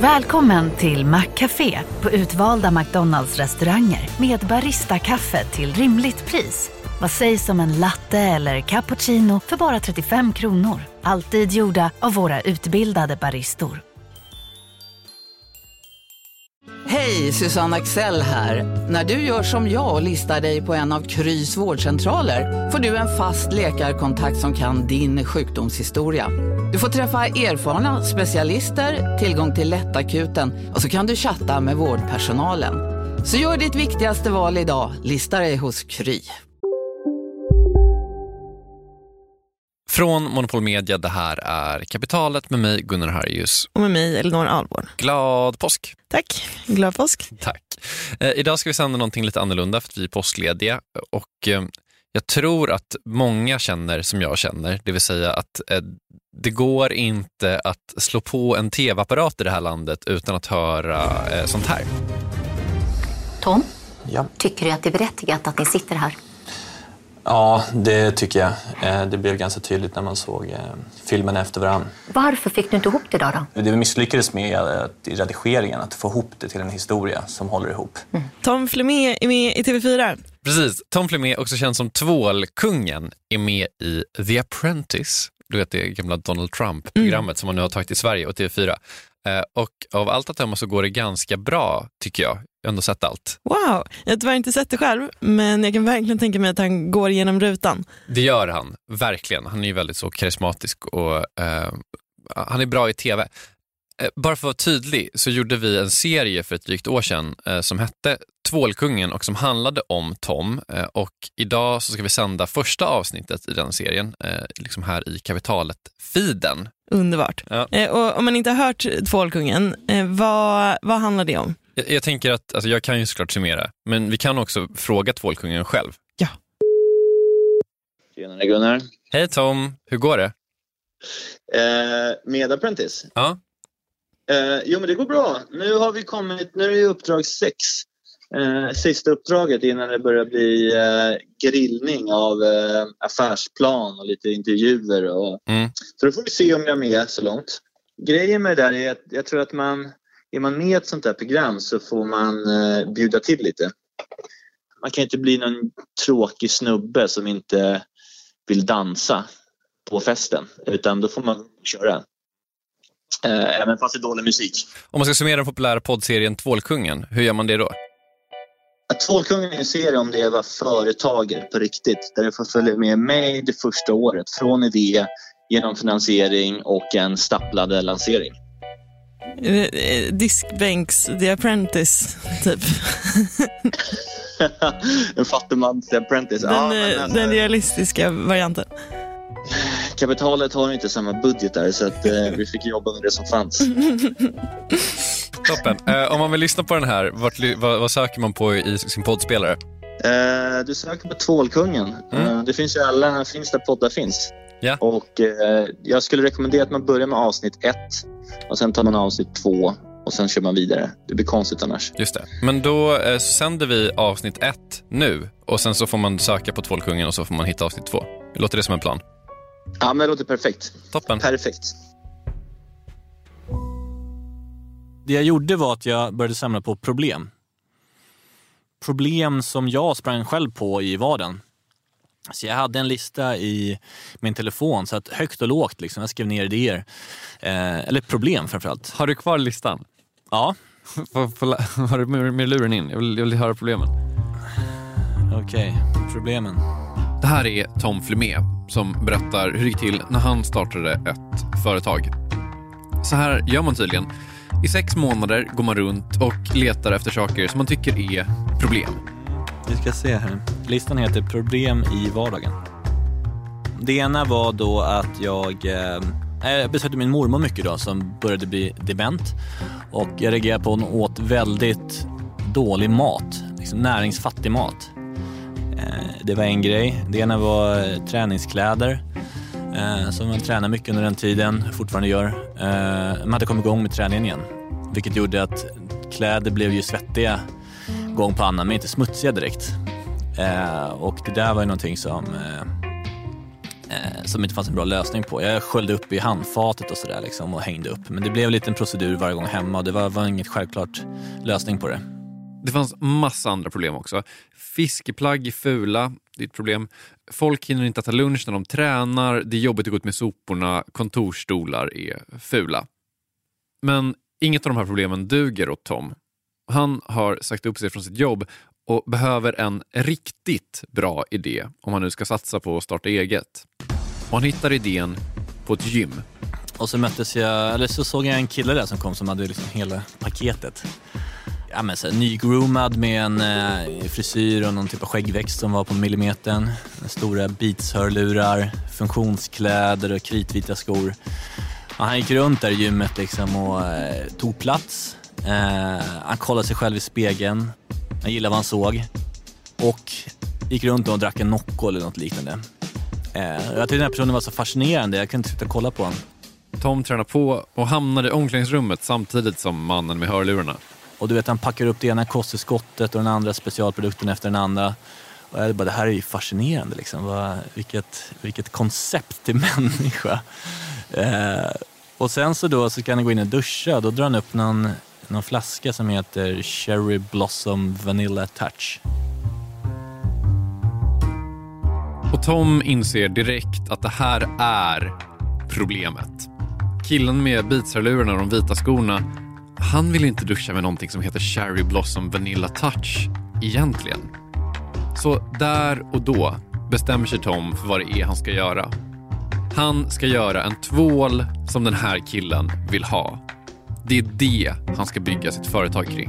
Välkommen till McCafé på utvalda McDonalds-restauranger med barista-kaffe till rimligt pris. Vad sägs om en latte eller cappuccino för bara 35 kronor? Alltid gjorda av våra utbildade baristor. Hej, Susanne Axel här. När du gör som jag och listar dig på en av Krys vårdcentraler får du en fast läkarkontakt som kan din sjukdomshistoria. Du får träffa erfarna specialister, tillgång till lättakuten och så kan du chatta med vårdpersonalen. Så gör ditt viktigaste val idag, lista dig hos Kry. Från Monopol Media, det här är Kapitalet med mig, Gunnar Harjus. Och med mig, Elinor Ahlborn. Glad påsk! Tack, glad påsk. Tack. Idag ska vi sända någonting lite annorlunda för att vi är påsklediga. Och jag tror att många känner som jag känner. Det vill säga att det går inte att slå på en tv-apparat i det här landet utan att höra sånt här. Tom, Ja. tycker du att det är berättigat att ni sitter här? Ja, det tycker jag. Det blev ganska tydligt när man såg filmen efter varann. Varför fick du inte ihop det då? Det vi misslyckades med i redigeringen, att få ihop det till en historia som håller ihop. Tom Flemé är med i TV4. Precis, Tom Flemé, också känd som Tvålkungen, är med i The Apprentice. Du vet det gamla Donald Trump-programmet som man nu har tagit i Sverige och TV4. Och av allt att döma så går det ganska bra, tycker jag. Jag har ändå sett allt. Wow, jag har tyvärr inte sett det själv, men jag kan verkligen tänka mig att han går igenom rutan. Det gör han, verkligen. Han är ju väldigt så karismatisk och han är bra i tv. Bara för att vara tydlig så gjorde vi en serie för ett drygt år sedan som hette Tvålkungen och som handlade om Tom. Och idag så ska vi sända första avsnittet i den serien, liksom här i Kapitalet-feeden. Underbart. Ja. Och om man inte har hört Tvålkungen, vad handlar det om? Jag tänker att, alltså jag kan ju såklart summera, men vi kan också fråga Tvålkungen själv. Ja. Tjenare Gunnar. Hej Tom, hur går det? Med Apprentice? Ja. Jo men det går bra. Nu är det uppdrag 6. Sista uppdraget innan det börjar bli grillning av affärsplan och lite intervjuer. Så då får vi se om jag är med så långt. Grejen med det där är att jag tror att är man med i ett sånt här program så får man bjuda till lite. Man kan inte bli någon tråkig snubbe som inte vill dansa på festen, utan då får man köra. Även fast det är dålig musik. Om man ska summera den populära poddserien Tvålkungen, hur gör man det då? Tvålkungen är en serie om det är vad företag på riktigt. Där du får följa med mig det första året. Från idé, genom finansiering och en stapplad lansering. Diskbänks The Apprentice, typ. En fattigmans The Apprentice. Den realistiska varianten. Kapitalet har inte samma budget där, så att vi fick jobba med det som fanns. Toppen. Om man vill lyssna på den här, vad söker man på i sin poddspelare? Du söker på Tvålkungen. Det finns ju alla, finns där poddar finns. Ja. Och jag skulle rekommendera att man börjar med avsnitt 1 och sen tar man avsnitt 2 och sen kör man vidare. Det blir konstigt annars. Just det. Men då sänder vi avsnitt 1 nu och sen så får man söka på Tvålkungen och så får man hitta avsnitt 2. Låter det som en plan? Ja, men det låter perfekt. Toppen. Perfekt. Det jag gjorde var att jag började samla på problem. Problem som jag sprang själv på i vardagen. Så jag hade en lista i min telefon, så att högt och lågt liksom, jag skrev ner idéer. Eller problem framförallt. Har du kvar listan? Ja. Har du med luren in? Jag vill höra problemen. Okej, problemen. Det här är Tom Flemé som berättar hur det gick till när han startade ett företag. Så här gör man tydligen. I 6 månader går man runt och letar efter saker som man tycker är problem. Vi ska se här. Listan heter problem i vardagen. Det ena var då att jag besökte min mormor mycket då, som började bli dement. Och jag reagerade på att hon åt väldigt dålig mat. Liksom näringsfattig mat. Det var en grej. Det ena var träningskläder. Som man tränar mycket under den tiden, fortfarande gör. Man hade kommit igång med träningen igen. Vilket gjorde att kläder blev ju svettiga gång på annan, men inte smutsiga direkt. Och det där var ju någonting som som inte fanns en bra lösning på. Jag sköljde upp i handfatet och sådär liksom, och hängde upp. Men det blev lite en procedur varje gång hemma och det var inget självklart lösning på det. Det fanns massa andra problem också. Fiskeplagg är fula, det är ett problem. Folk hinner inte äta lunch när de tränar, det är jobbigt att gå ut med soporna, kontorstolar är fula. Men inget av de här problemen duger åt Tom. Han har sagt upp sig från sitt jobb och behöver en riktigt bra idé om han nu ska satsa på att starta eget. Och han hittar idén på ett gym. Och så så såg jag en kille där som kom som hade liksom hela paketet. Ja, men så här, nygroomad med en frisyr och någon typ av skäggväxt som var på millimetern. Stora Beats-hörlurar, funktionskläder och kritvita skor. Ja, han gick runt där i gymmet liksom och tog plats. Han kollade sig själv i spegeln. Han gillade vad han såg. Och gick runt och drack en Nocco eller något liknande. Jag tyckte den här personen var så fascinerande. Jag kunde inte sluta kolla på honom. Tom tränar på och hamnade i omklädningsrummet samtidigt som mannen med hörlurarna. Och du vet, han packar upp det ena kostskottet och den andra specialprodukten efter den andra. Och jag bara, det här är ju fascinerande liksom. Vilket koncept till människa. Och sen så kan han gå in och duscha. Då drar han upp någon flaska som heter Cherry Blossom Vanilla Touch. Och Tom inser direkt att det här är problemet. Killen med Beats-hörlurarna och de vita skorna, han vill inte duscha med någonting som heter Cherry Blossom Vanilla Touch egentligen. Så där och då bestämmer sig Tom för vad det är han ska göra. Han ska göra en tvål som den här killen vill ha. Det är det han ska bygga sitt företag kring.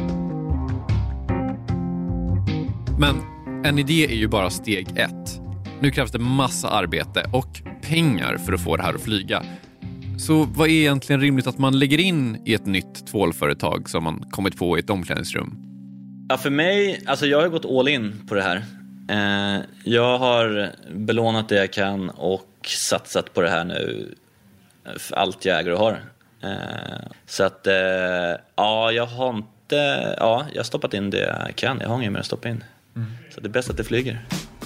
Men en idé är ju bara steg 1. Nu krävs det massa arbete och pengar för att få det här att flyga. Så vad är egentligen rimligt att man lägger in i ett nytt tvålföretag som man kommit på i ett omklädningsrum? Ja, för mig, alltså jag har gått all in på det här. Jag har belånat det jag kan och satsat på det här nu för allt jag äger och har. Så att jag har stoppat in det jag kan. Jag har inget mer att stoppa in. Så det är bäst att det flyger.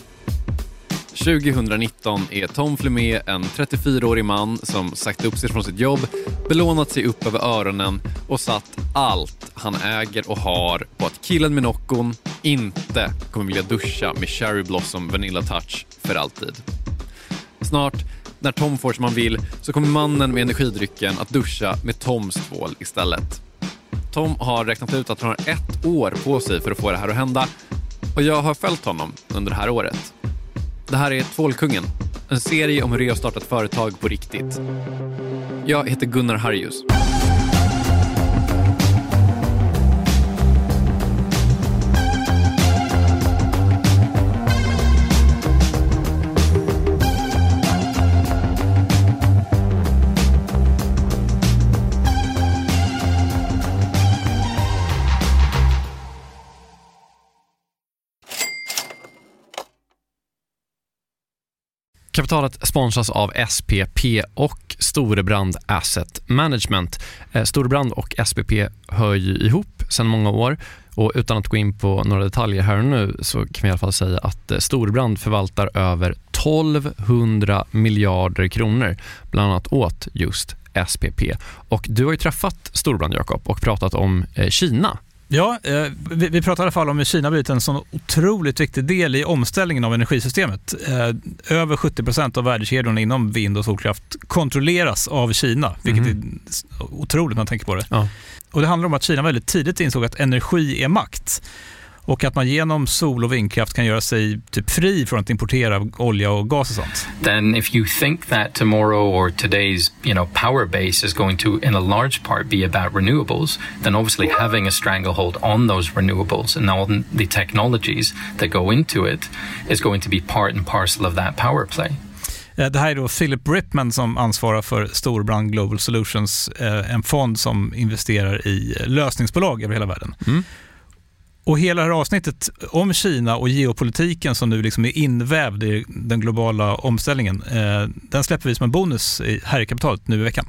2019 är Tom Flemé en 34-årig man som sagt upp sig från sitt jobb, belånat sig upp över öronen och satt allt han äger och har på att killen med Noccon inte kommer vilja duscha med Cherry Blossom Vanilla Touch för alltid. Snart, när Tom får som han vill, så kommer mannen med energidrycken att duscha med Toms tvål istället. Tom har räknat ut att han har 1 år på sig för att få det här att hända, och jag har följt honom under det här året. Det här är Tvålkungen, en serie om hur det är att starta ett företag på riktigt. Jag heter Gunnar Harjus. Kapitalet sponsras av SPP och Storebrand Asset Management. Storebrand och SPP hör ju ihop sedan många år, och utan att gå in på några detaljer här och nu så kan vi i alla fall säga att Storebrand förvaltar över 1200 miljarder kronor bland annat åt just SPP. Och du har ju träffat Storebrand, Jakob, och pratat om Kina. Ja, vi pratar i alla fall om hur Kina blivit en sån otroligt viktig del i omställningen av energisystemet. Över 70% av värdekedjorna inom vind- och solkraft kontrolleras av Kina, vilket är otroligt när man tänker på det. Ja. Och det handlar om att Kina väldigt tidigt insåg att energi är makt. Och att man genom sol- och vindkraft kan göra sig typ fri från att importera olja och gas och sånt. Then if you think that tomorrow or today's, power base is going to in a large part be about renewables, then obviously having a stranglehold on those renewables and all the technologies that go into it is going to be part and parcel of that power play. Det här är då Philip Ripman som ansvarar för Storebrand Global Solutions, en fond som investerar i lösningsbolag över hela världen. Och hela det här avsnittet om Kina och geopolitiken som nu liksom är invävd i den globala omställningen, den släpper vi som en bonus här i Kapitalet nu i veckan.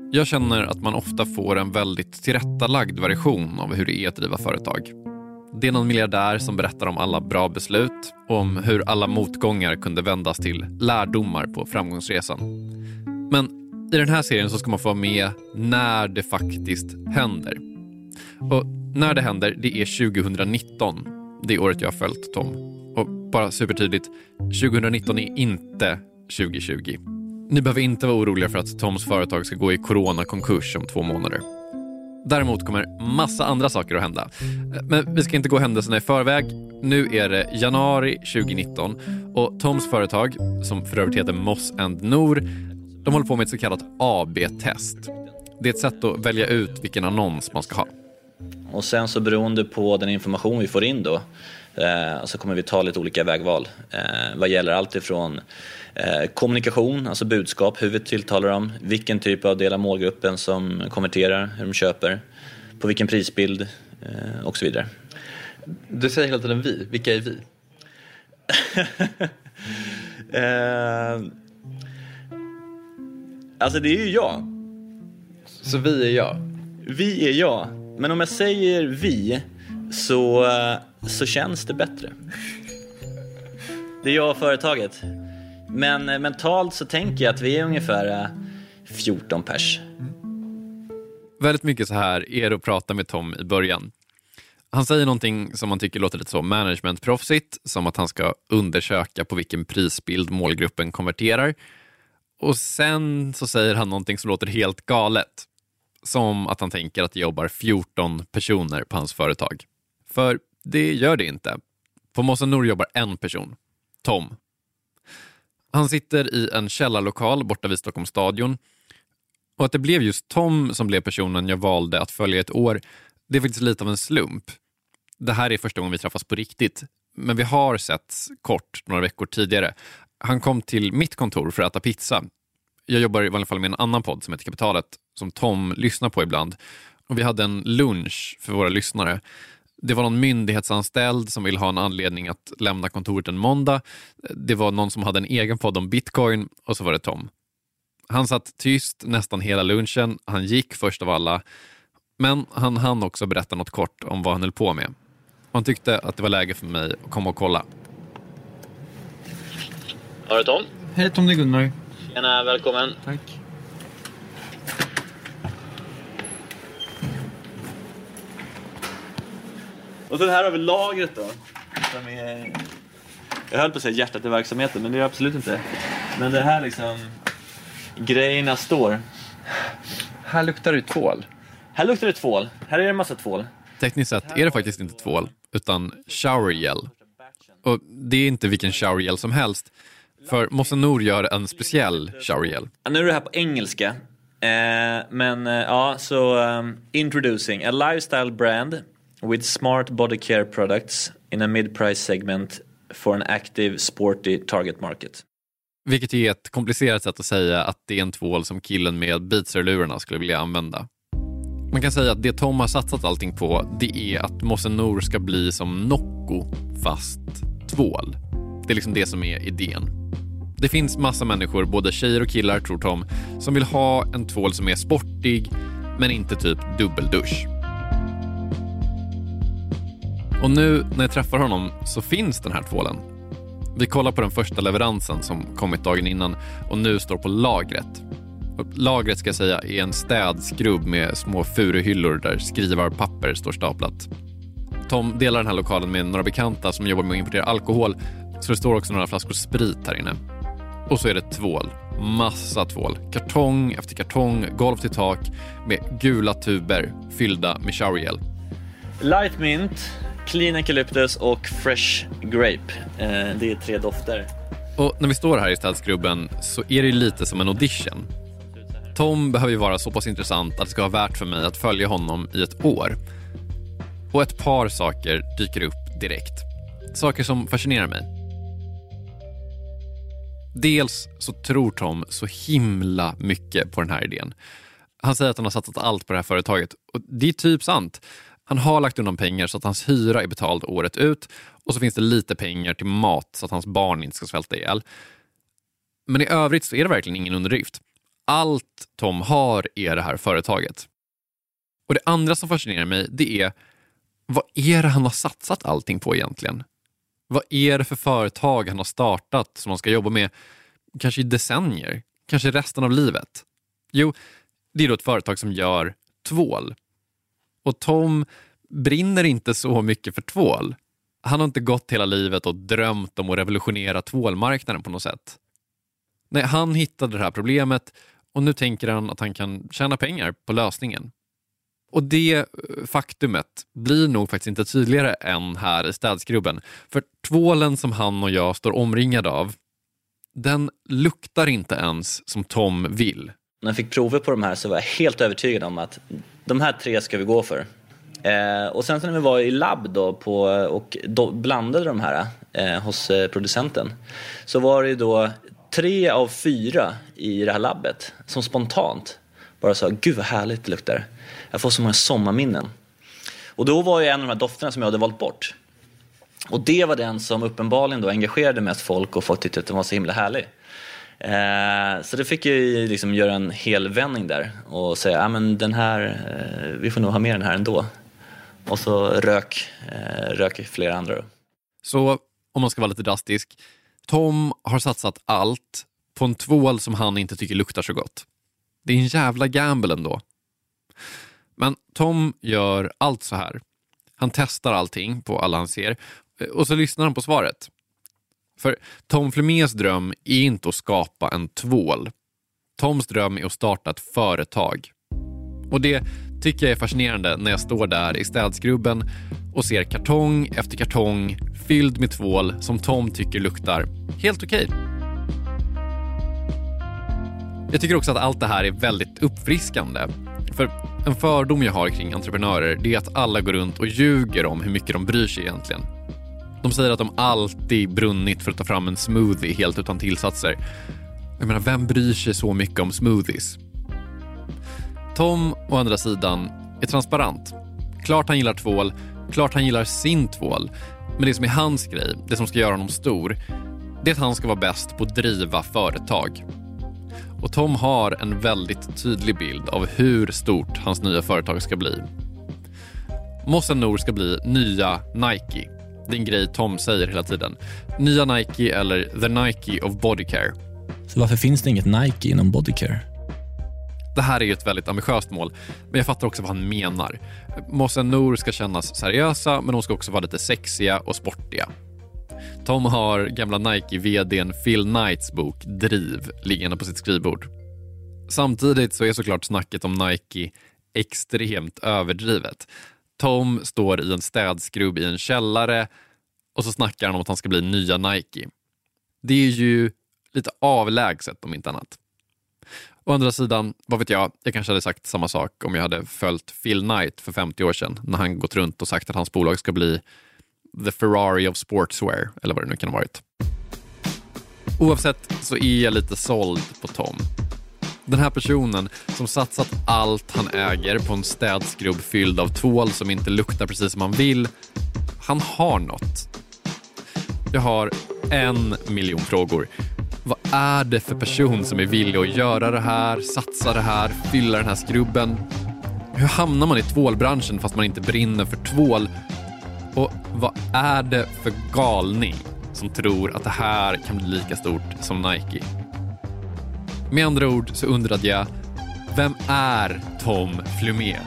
Jag känner att man ofta får en väldigt tillrättalagd version av hur det är att driva företag. Det är någon miljardär som berättar om alla bra beslut och om hur alla motgångar kunde vändas till lärdomar på framgångsresan. Men i den här serien så ska man få vara med när det faktiskt händer. Och när det händer, det är 2019. Det är året jag har följt Tom. Och bara supertydligt, 2019 är inte 2020. Ni behöver inte vara oroliga för att Toms företag ska gå i coronakonkurs om 2 månader. Däremot kommer massa andra saker att hända. Men vi ska inte gå händelserna i förväg. Nu är det januari 2019 och Toms företag, som för övrigt heter Moss & Nor, de håller på med ett så kallat AB-test. Det är ett sätt att välja ut vilken annons man ska ha. Och sen så beroende på den information vi får in då så kommer vi ta lite olika vägval. Vad gäller allt ifrån kommunikation, alltså budskap, hur vi tilltalar dem, vilken typ av del av målgruppen som konverterar, hur de köper, på vilken prisbild och så vidare. Du säger hela tiden vi. Vilka är vi? Alltså det är ju jag. Så vi är jag? Vi är jag. Men om jag säger vi så känns det bättre. Det är jag och företaget. Men mentalt så tänker jag att vi är ungefär 14 pers. Väldigt mycket så här är det att prata med Tom i början. Han säger någonting som man tycker låter lite så managementproffsigt, som att han ska undersöka på vilken prisbild målgruppen konverterar. Och sen så säger han någonting som låter helt galet. Som att han tänker att det jobbar 14 personer på hans företag. För det gör det inte. På Moss & Nor jobbar en person. Tom. Han sitter i en källarlokal borta vid Stockholms stadion. Och att det blev just Tom som blev personen jag valde att följa ett år, det är faktiskt lite av en slump. Det här är första gången vi träffas på riktigt. Men vi har sett kort några veckor tidigare. Han kom till mitt kontor för att äta pizza. Jag jobbar i varje fall med en annan podd som heter Kapitalet, som Tom lyssnar på ibland. Och vi hade en lunch för våra lyssnare. Det var någon myndighetsanställd som ville ha en anledning att lämna kontoret en måndag. Det var någon som hade en egen podd om Bitcoin och så var det Tom. Han satt tyst nästan hela lunchen. Han gick först av alla. Men han hann också berätta något kort om vad han höll på med. Han tyckte att det var läge för mig att komma och kolla. Har du Tom? Hej Tom, det är Gunnar. Tjena, välkommen. Tack. Och så här har vi lagret då. Som är... Jag höll på att säga hjärtat i verksamheten, men det är absolut inte. Men det här liksom... Grejerna står. Här luktar det tvål. Här luktar det tvål. Här är det en massa tvål. Tekniskt sett är det faktiskt inte tvål, utan shower gel. Och det är inte vilken shower gel som helst. För Moss & Nor gör en speciell shower gel. Nu är det här på engelska. Introducing a lifestyle brand with smart body care products in a mid-price segment for an active, sporty target market. Vilket är ett komplicerat sätt att säga att det är en tvål som killen med Beats-lurarna skulle vilja använda. Man kan säga att det Tom har satsat allting på, det är att Moss & Nor ska bli som Nocco fast tvål. Det är liksom det som är idén. Det finns massa människor, både tjejer och killar tror Tom, som vill ha en tvål som är sportig men inte typ dubbeldusch. Och nu när jag träffar honom så finns den här tvålen. Vi kollar på den första leveransen som kommit dagen innan och nu står på lagret. Och lagret ska jag säga är en städskrubb med små furuhyllor där skrivarpapper står staplat. Tom delar den här lokalen med några bekanta som jobbar med att importera alkohol, så det står också några flaskor sprit här inne. Och så är det tvål. Massa tvål. Kartong efter kartong, golv till tak med gula tuber fyllda med showergel. Light mint, clean eucalyptus och fresh grape. Det är 3 dofter. Och när vi står här i städskrubben så är det lite som en audition. Tom behöver ju vara så pass intressant att det ska vara värt för mig att följa honom i ett år. Och ett par saker dyker upp direkt. Saker som fascinerar mig. Dels så tror Tom så himla mycket på den här idén. Han säger att han har satsat allt på det här företaget. Och det är typ sant. Han har lagt undan pengar så att hans hyra är betald året ut. Och så finns det lite pengar till mat så att hans barn inte ska svälta ihjäl. Men i övrigt så är det verkligen ingen underdrift. allt Tom har är det här företaget. Och det andra som fascinerar mig, det är vad är det han har satsat allting på egentligen? Vad är det för företag han har startat som han ska jobba med kanske i decennier, kanske resten av livet? Jo, det är då ett företag som gör tvål. Och Tom brinner inte så mycket för tvål. Han har inte gått hela livet och drömt om att revolutionera tvålmarknaden på något sätt. Nej, han hittade det här problemet och nu tänker han att han kan tjäna pengar på lösningen. Och det faktumet blir nog faktiskt inte tydligare än här i städskrubben. För tvålen som han och jag står omringade av, den luktar inte ens som Tom vill. När jag fick prover på de här så var jag helt övertygad om att de här 3 ska vi gå för. Och sen när vi var i labb då och blandade de här hos producenten, så var det då 3 av 4 i det här labbet som spontant bara sa, gud vad härligt det luktar. Jag får så många sommarminnen. Och då var ju en av de här dofterna som jag hade valt bort. Och det var den som uppenbarligen då engagerade mest folk och folk tyckte att den var så himla härlig. Så det fick ju liksom göra en hel vändning där och säga, men den här, vi får nog ha med den här ändå. Och så rök flera andra då. Så om man ska vara lite drastisk, Tom har satsat allt på en tvål som han inte tycker luktar så gott. Det är en jävla gamble ändå. Men Tom gör allt så här. Han testar allting på alla han ser och så lyssnar han på svaret. För Tom Flumés dröm är inte att skapa en tvål. Toms dröm är att starta ett företag. Och det tycker jag är fascinerande när jag står där i städskrubben och ser kartong efter kartong fylld med tvål som Tom tycker luktar helt okej. Jag tycker också att allt det här är väldigt uppfriskande. För en fördom jag har kring entreprenörer, det är att alla går runt och ljuger om hur mycket de bryr sig egentligen. De säger att de alltid brunnit för att ta fram en smoothie helt utan tillsatser. Jag menar, vem bryr sig så mycket om smoothies? Tom, å andra sidan, är transparent. Klart han gillar tvål, klart han gillar sin tvål. Men det som är hans grej, det som ska göra honom stor, det är att han ska vara bäst på att driva företag. Och Tom har en väldigt tydlig bild av hur stort hans nya företag ska bli. Mohsen Noor ska bli nya Nike. Det är en grej Tom säger hela tiden. Nya Nike eller the Nike of bodycare. Så varför finns det inget Nike inom bodycare? Det här är ju ett väldigt ambitiöst mål, men jag fattar också vad han menar. Mohsen Noor ska kännas seriösa, men de ska också vara lite sexiga och sportiga. Tom har gamla Nike-vdn Phil Knights bok Driv liggande på sitt skrivbord. Samtidigt så är såklart snacket om Nike extremt överdrivet. Tom står i en städskrubb i en källare och så snackar han om att han ska bli nya Nike. Det är ju lite avlägset om inte annat. Å andra sidan, vad vet jag kanske hade sagt samma sak om jag hade följt Phil Knight för 50 år sedan när han gått runt och sagt att hans bolag ska bli the Ferrari of sportswear, eller vad det nu kan ha varit. Oavsett så är jag lite såld på Tom. Den här personen som satsat allt han äger på en städskrubb fylld av tvål som inte luktar precis som han vill, han har något. Jag har 1 miljon frågor. Vad är det för person som är villig att göra det här, satsa det här, fylla den här skrubben? Hur hamnar man i tvålbranschen fast man inte brinner för tvål? Och vad är det för galning som tror att det här kan bli lika stort som Nike? Med andra ord så undrade jag, vem är Tom Flumé?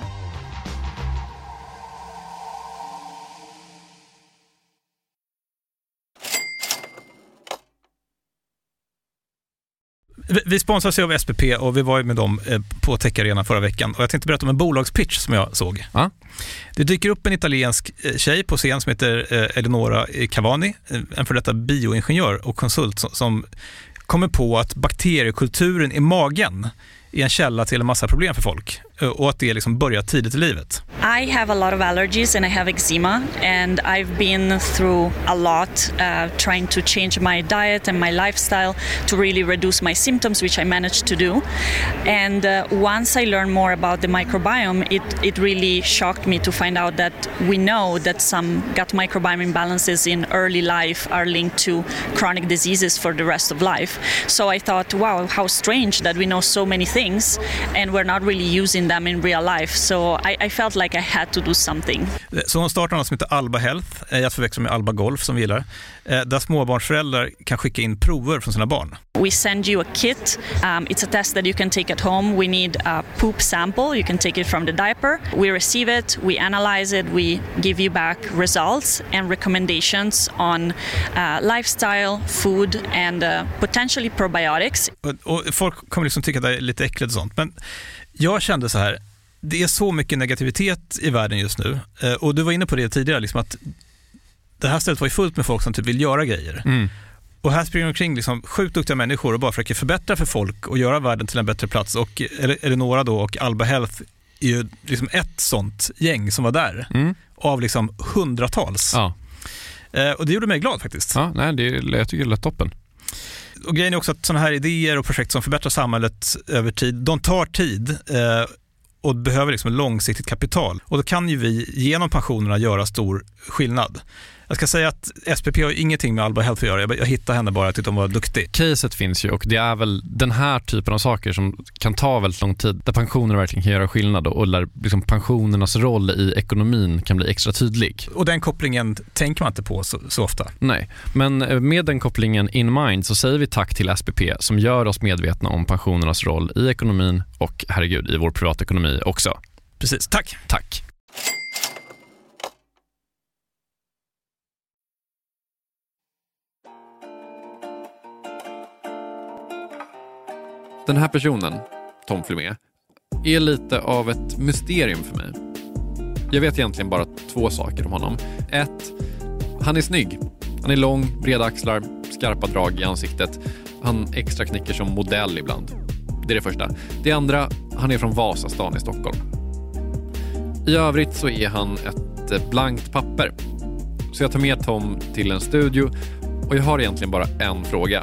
Vi sponsras av SPP och vi var ju med dem på Tech Arena förra veckan. Och jag tänkte berätta om en bolagspitch som jag såg. Ja. Det dyker upp en italiensk tjej på scen som heter Eleonora Cavani, en för detta bioingenjör och konsult som kommer på att bakteriekulturen i magen är en källa till en massa problem för folk. och att det liksom börjar tidigt i livet. I have a lot of allergies and I have eczema, and I've been through a lot trying to change my diet and my lifestyle to really reduce my symptoms, which I managed to do. And once I learned more about the microbiome, it really shocked me to find out that we know that some gut microbiome imbalances in early life are linked to chronic diseases for the rest of life. So I thought, wow, how strange that we know so many things and we're not really using them in real life. So I felt like I had to do something. Så hon startar något som heter Alba Health, jag förväxlar med Alba Golf som vi gillar, där småbarnsföräldrar kan skicka in prover från sina barn. We send you a kit. It's a test that you can take at home. We need a poop sample. You can take it from the diaper. We receive it, we analyze it, we give you back results and recommendations on lifestyle, food and potentially probiotics. Och folk kommer liksom tycka att det är lite äckligt och sånt, men jag kände så här, det är så mycket negativitet i världen just nu. Och du var inne på det tidigare, liksom att det här stället var ju fullt med folk som typ vill göra grejer. Och här springer omkring liksom sjukt duktiga människor och bara försöker förbättra för folk och göra världen till en bättre plats. Och är det några då, och Alba Health är ju liksom ett sånt gäng som var där av liksom hundratals. Ja. Och det gjorde mig glad faktiskt. Ja, nej, jag tycker det är toppen. Och grejen är också att sådana här idéer och projekt som förbättrar samhället över tid, de tar tid och behöver liksom långsiktigt kapital. Och då kan ju vi genom pensionerna göra stor skillnad. Jag ska säga att SPP har ingenting med Alba Health att göra. Jag hittade henne bara, jag tyckte hon var duktig. Caset finns ju, och det är väl den här typen av saker som kan ta väldigt lång tid, där pensioner verkligen kan göra skillnad och där liksom pensionernas roll i ekonomin kan bli extra tydlig. Och den kopplingen tänker man inte på så ofta. Nej, men med den kopplingen in mind så säger vi tack till SPP som gör oss medvetna om pensionernas roll i ekonomin och herregud i vår privatekonomi också. Precis, tack. Tack. Den här personen, Tom Flumé, är lite av ett mysterium för mig. Jag vet egentligen bara 2 saker om honom. 1. Han är snygg. Han är lång, breda axlar, skarpa drag i ansiktet. Han extra knicker som modell ibland. Det är det första. Det andra, han är från Vasastan i Stockholm. I övrigt så är han ett blankt papper. Så jag tar med Tom till en studio och jag har egentligen bara en fråga.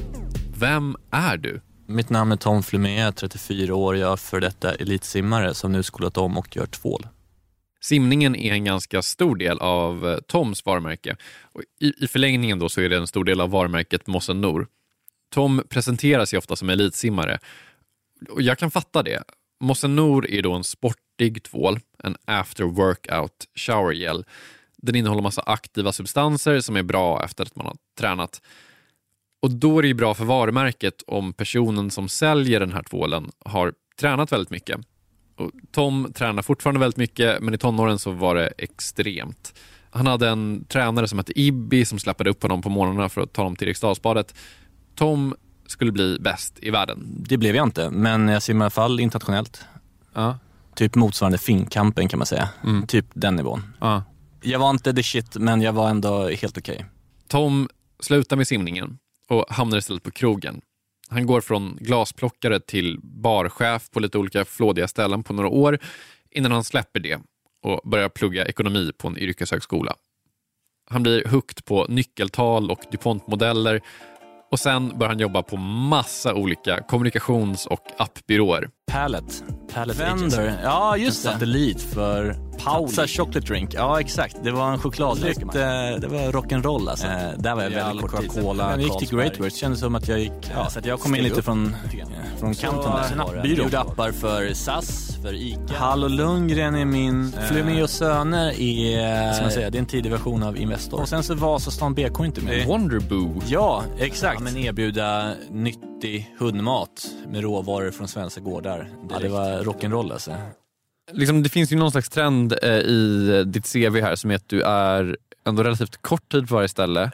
Vem är du? Mitt namn är Tom Flumé, jag är 34 år, jag är för detta elitsimmare som nu skolat om och gör tvål. Simningen är en ganska stor del av Toms varumärke. Och i förlängningen då så är det en stor del av varumärket Mossen Nor. Tom presenterar sig ofta som elitsimmare. Och jag kan fatta det. Mossen Nor är då en sportig tvål, en after workout shower gel. Den innehåller massa aktiva substanser som är bra efter att man har tränat. Och då är det ju bra för varumärket om personen som säljer den här tvålen har tränat väldigt mycket. Och Tom tränar fortfarande väldigt mycket, men i tonåren så var det extremt. Han hade en tränare som hette Ibbi som släppade upp honom på morgnarna för att ta honom till Eriksdalsbadet. Tom skulle bli bäst i världen. Det blev jag inte, men jag simmar i alla fall internationellt. Ja. Typ motsvarande Finnkampen kan man säga. Typ den nivån. Ja. Jag var inte the shit, men jag var ändå helt okej. Tom slutar med simningen och hamnar istället på krogen. Han går från glasplockare till barchef på lite olika flådiga ställen på några år innan han släpper det och börjar plugga ekonomi på en yrkeshögskola. Han blir hooked på nyckeltal och DuPont-modeller och sen börjar han jobba på massa olika kommunikations- och appbyråer. Pallet Vendor. Ja, just det. Satellit för Pauli. Chocolate drink. Ja, exakt. Det var en chokladdryck. Det var rock'n'roll alltså. Där var jag väldigt kort tid. Jag gick till Great Works. Det kändes som att jag gick... Ja, så att jag kom in lite från kanten där. Jag gjorde appar för SAS, för Ica. Hallå Lundgren är min... Flumé och Söner är... Ska man säga, det är en tidig version av Investor. Och sen så Vasastan BK inte med. Wonderboo. Ja, exakt. Ja, men erbjuda nyttig hundmat med råvaror från svenska gårdar. Ja, det var rock'n'roll alltså. Liksom, det finns ju någon slags trend i ditt CV här som är att du är ändå relativt kort tid på varje ställe.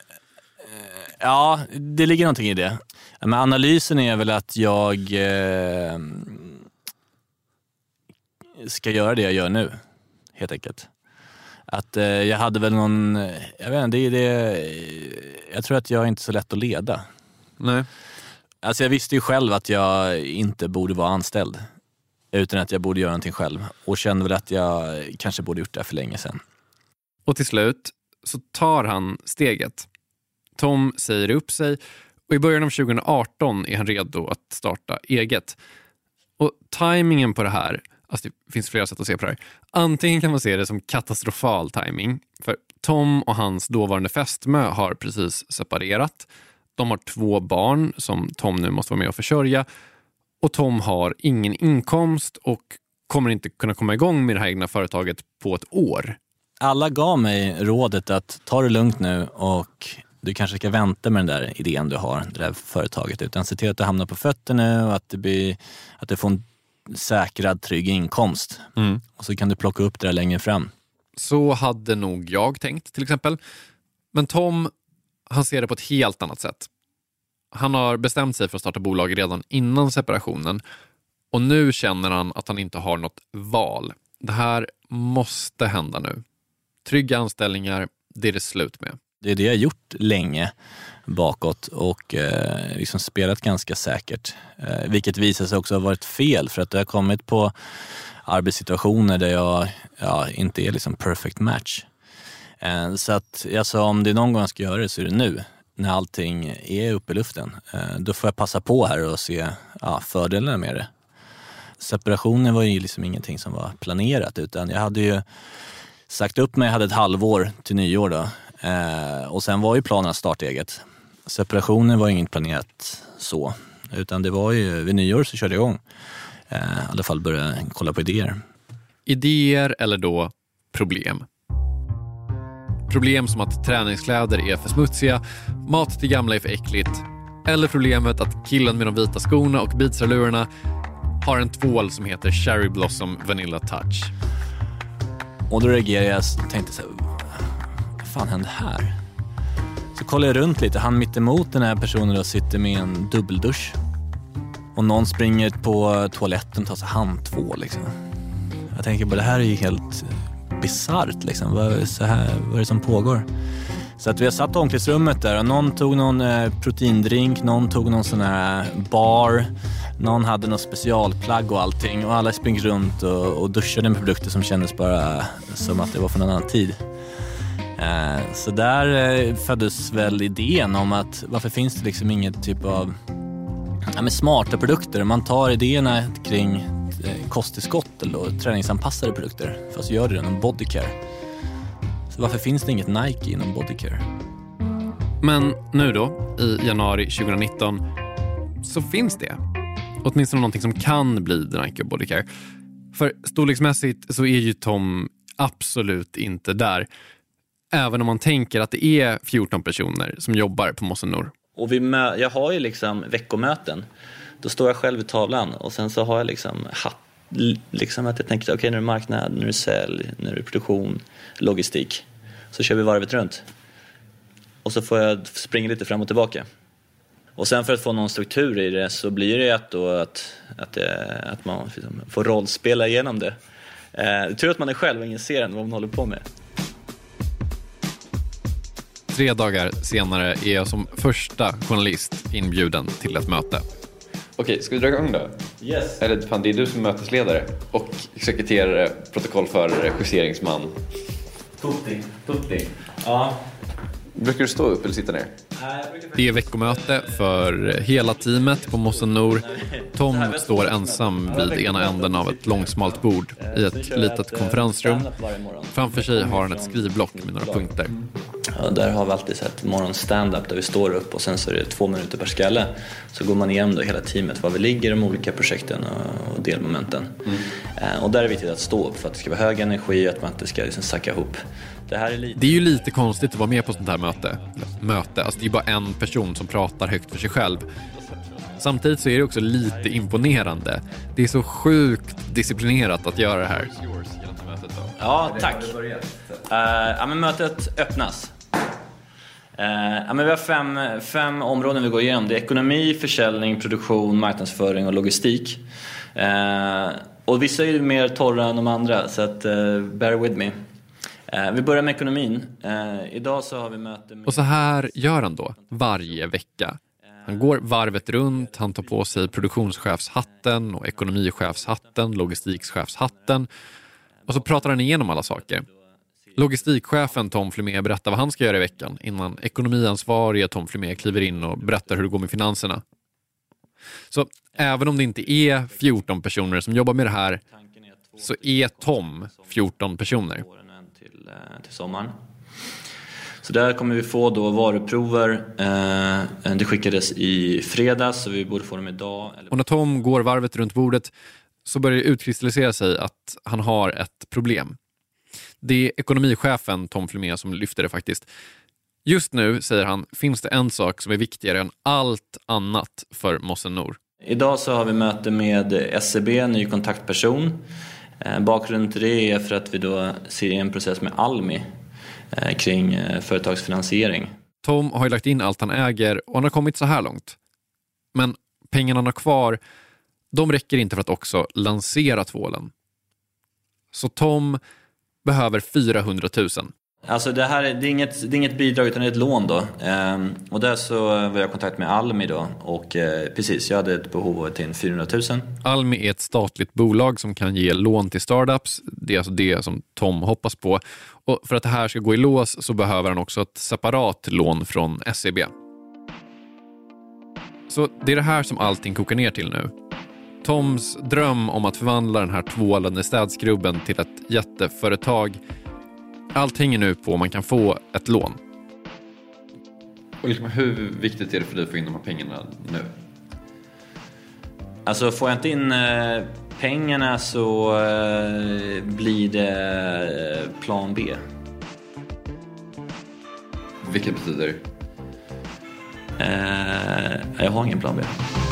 Ja, det ligger någonting i det. Men analysen är väl att jag ska göra det jag gör nu, helt enkelt. Att jag hade väl någon... Jag vet inte, jag tror att jag är inte så lätt att leda. Nej. Alltså jag visste ju själv att jag inte borde vara anställd. utan att jag borde göra någonting själv. Och kände väl att jag kanske borde gjort det för länge sedan. Och till slut så tar han steget. Tom säger upp sig och i början av 2018 är han redo att starta eget. Och timingen på det här, alltså det finns flera sätt att se på det här. Antingen kan man se det som katastrofal timing, för Tom och hans dåvarande fästmö har precis separerat. De har 2 barn som Tom nu måste vara med och försörja. Och Tom har ingen inkomst och kommer inte kunna komma igång med det här egna företaget på ett år. Alla gav mig rådet att ta det lugnt nu och du kanske ska vänta med den där idén du har, det där företaget. Utan se till att du hamnar på fötter nu och att du får en säkrad, trygg inkomst. Och så kan du plocka upp det där längre fram. Så hade nog jag tänkt till exempel. Men Tom, han ser det på ett helt annat sätt. Han har bestämt sig för att starta bolag redan innan separationen. Och nu känner han att han inte har något val. Det här måste hända nu. Trygga anställningar, det är det slut med. Det är det jag gjort länge bakåt och liksom spelat ganska säkert. Vilket visar sig också ha varit fel, för att det har kommit på arbetssituationer där jag inte är liksom perfect match. Så att alltså, om det är någon gång jag ska göra det så är det nu. När allting är uppe i luften. Då får jag passa på här och se fördelarna med det. Separationen var ju liksom ingenting som var planerat, utan jag hade ju sagt upp mig, jag hade ett halvår till nyår då. Och sen var ju planen att starta eget. Separationen var inget planerat så, utan det var ju vid nyår så körde jag igång. I alla fall börja kolla på idéer. Idéer eller då problem. Problem som att träningskläder är för smutsiga, mat till gamla är för äckligt, eller problemet att killen med de vita skorna och beatsarlurarna har en tvål som heter Cherry Blossom Vanilla Touch. Och då reagerade jag och tänkte så här, vad fan hände här? Så kollade jag runt lite, han mitt emot den här personen då sitter med en dubbeldusch. Och någon springer på toaletten och tar sig handtvål liksom. Jag tänker bara, det här är ju helt bizarrt liksom. Vad är det som pågår? Så att vi har satt omklädningsrummet där och någon tog någon proteindrink, någon tog någon sån här bar, någon hade någon specialplagg och allting, och alla springer runt och duschade med produkter som kändes bara som att det var från en annan tid. Så där föddes väl idén om att varför finns det liksom inget typ av smarta produkter. Man tar idéerna kring kosttillskott eller träningsanpassade produkter, fast gör det inom bodycare. Så varför finns det inget Nike inom bodycare? Men nu då, i januari 2019, så finns det. Åtminstone någonting som kan bli Nike och bodycare. För storleksmässigt så är ju Tom absolut inte där. Även om man tänker att det är 14 personer som jobbar på Mosenor. Och jag har ju liksom veckomöten. Då står jag själv i tavlan och sen så har jag liksom att jag tänker okej, nu är det marknad, nu är det sälj, nu är det produktion, logistik. Så kör vi varvet runt. Och så får jag springa lite fram och tillbaka. Och sen för att få någon struktur i det så blir det att man får rollspela igenom det. Jag tror att man är själv och ingen ser än vad man håller på med. 3 dagar senare är jag som första journalist inbjuden till ett möte. Okej, ska vi dra igång då? Yes. Eller fan, det är du som är mötesledare och sekreterare, protokollförare, juseringsman. Tutti. Ja. Brukar du stå upp eller sitta ner? Det är veckomöte för hela teamet på Mosenor. Tom står ensam vid ena änden av ett långsmalt bord i ett litet konferensrum. Framför sig har han ett skrivblock med några punkter. Ja, där har vi alltid sett morgon stand-up där vi står upp och sen så är det 2 minuter per skalle. Så går man igenom då hela teamet, var vi ligger i de olika projekten och delmomenten. Och där är det viktigt att stå upp för att det ska vara hög energi och att man inte ska liksom sacka ihop. Det är ju lite konstigt att vara med på sånt här möte. Alltså det är bara en person som pratar högt för sig själv. Samtidigt så är det också lite imponerande. Det är så sjukt disciplinerat att göra det här. Ja, tack. Men mötet öppnas. Men vi har 5 områden vi går igenom. Det är ekonomi, försäljning, produktion, marknadsföring och logistik. Och vissa är ju mer torra än de andra, så att bear with me. Vi börjar med ekonomin. Idag så har vi möte med... Och så här gör han då varje vecka. Han går varvet runt, han tar på sig produktionschefshatten och ekonomichefshatten, logistikchefshatten och så pratar han igenom alla saker. Logistikchefen Tom Flumé berättar vad han ska göra i veckan innan ekonomiansvarige Tom Flumé kliver in och berättar hur det går med finanserna. Så även om det inte är 14 personer som jobbar med det här så är Tom 14 personer. Till sommaren. Så där kommer vi få då varuprover. Det skickades i fredags så vi borde få dem idag. Och när Tom går varvet runt bordet så börjar det utkristallisera sig att han har ett problem. Det är ekonomichefen Tom Flumé som lyfter det faktiskt. Just nu, säger han, finns det en sak som är viktigare än allt annat för Mossen Nor. Idag så har vi möte med SEB, ny kontaktperson. Bakgrunden till det är för att vi då ser en process med Almi kring företagsfinansiering. Tom har ju lagt in allt han äger och han har kommit så här långt. Men pengarna han har kvar, de räcker inte för att också lansera tvålen. Så Tom behöver 400 000. Alltså det är inget bidrag utan ett lån då. Och där så var jag i kontakt med Almi då. Och precis, jag hade ett behov av att ta in 400 000. Almi är ett statligt bolag som kan ge lån till startups. Det är alltså det som Tom hoppas på. Och för att det här ska gå i lås så behöver han också ett separat lån från SEB. Så det är det här som allting kokar ner till nu. Toms dröm om att förvandla den här tvålande städskrubben till ett jätteföretag. Allt hänger nu på om man kan få ett lån. Och liksom, hur viktigt är det för dig att få in de här pengarna nu? Alltså får jag inte in pengarna så blir det plan B. Vilket betyder? Jag har ingen plan B.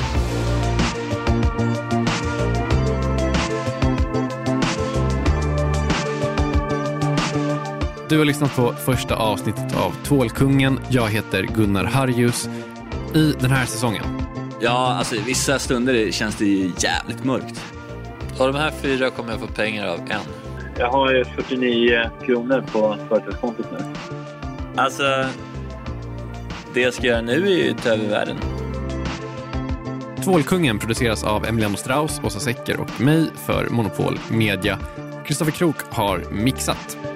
Du har lyssnat på första avsnittet av Tvålkungen. Jag heter Gunnar Harjus. I den här säsongen. Ja, alltså vissa stunder känns det jävligt mörkt. Av de här 4 kommer jag få pengar av en. Jag har 49 kronor på företagskontot nu. Alltså, det jag ska göra nu är ju ta över världen. Tvålkungen produceras av Emiliano Strauss, Åsa Secker och mig för Monopol Media. Kristoffer Krook har mixat.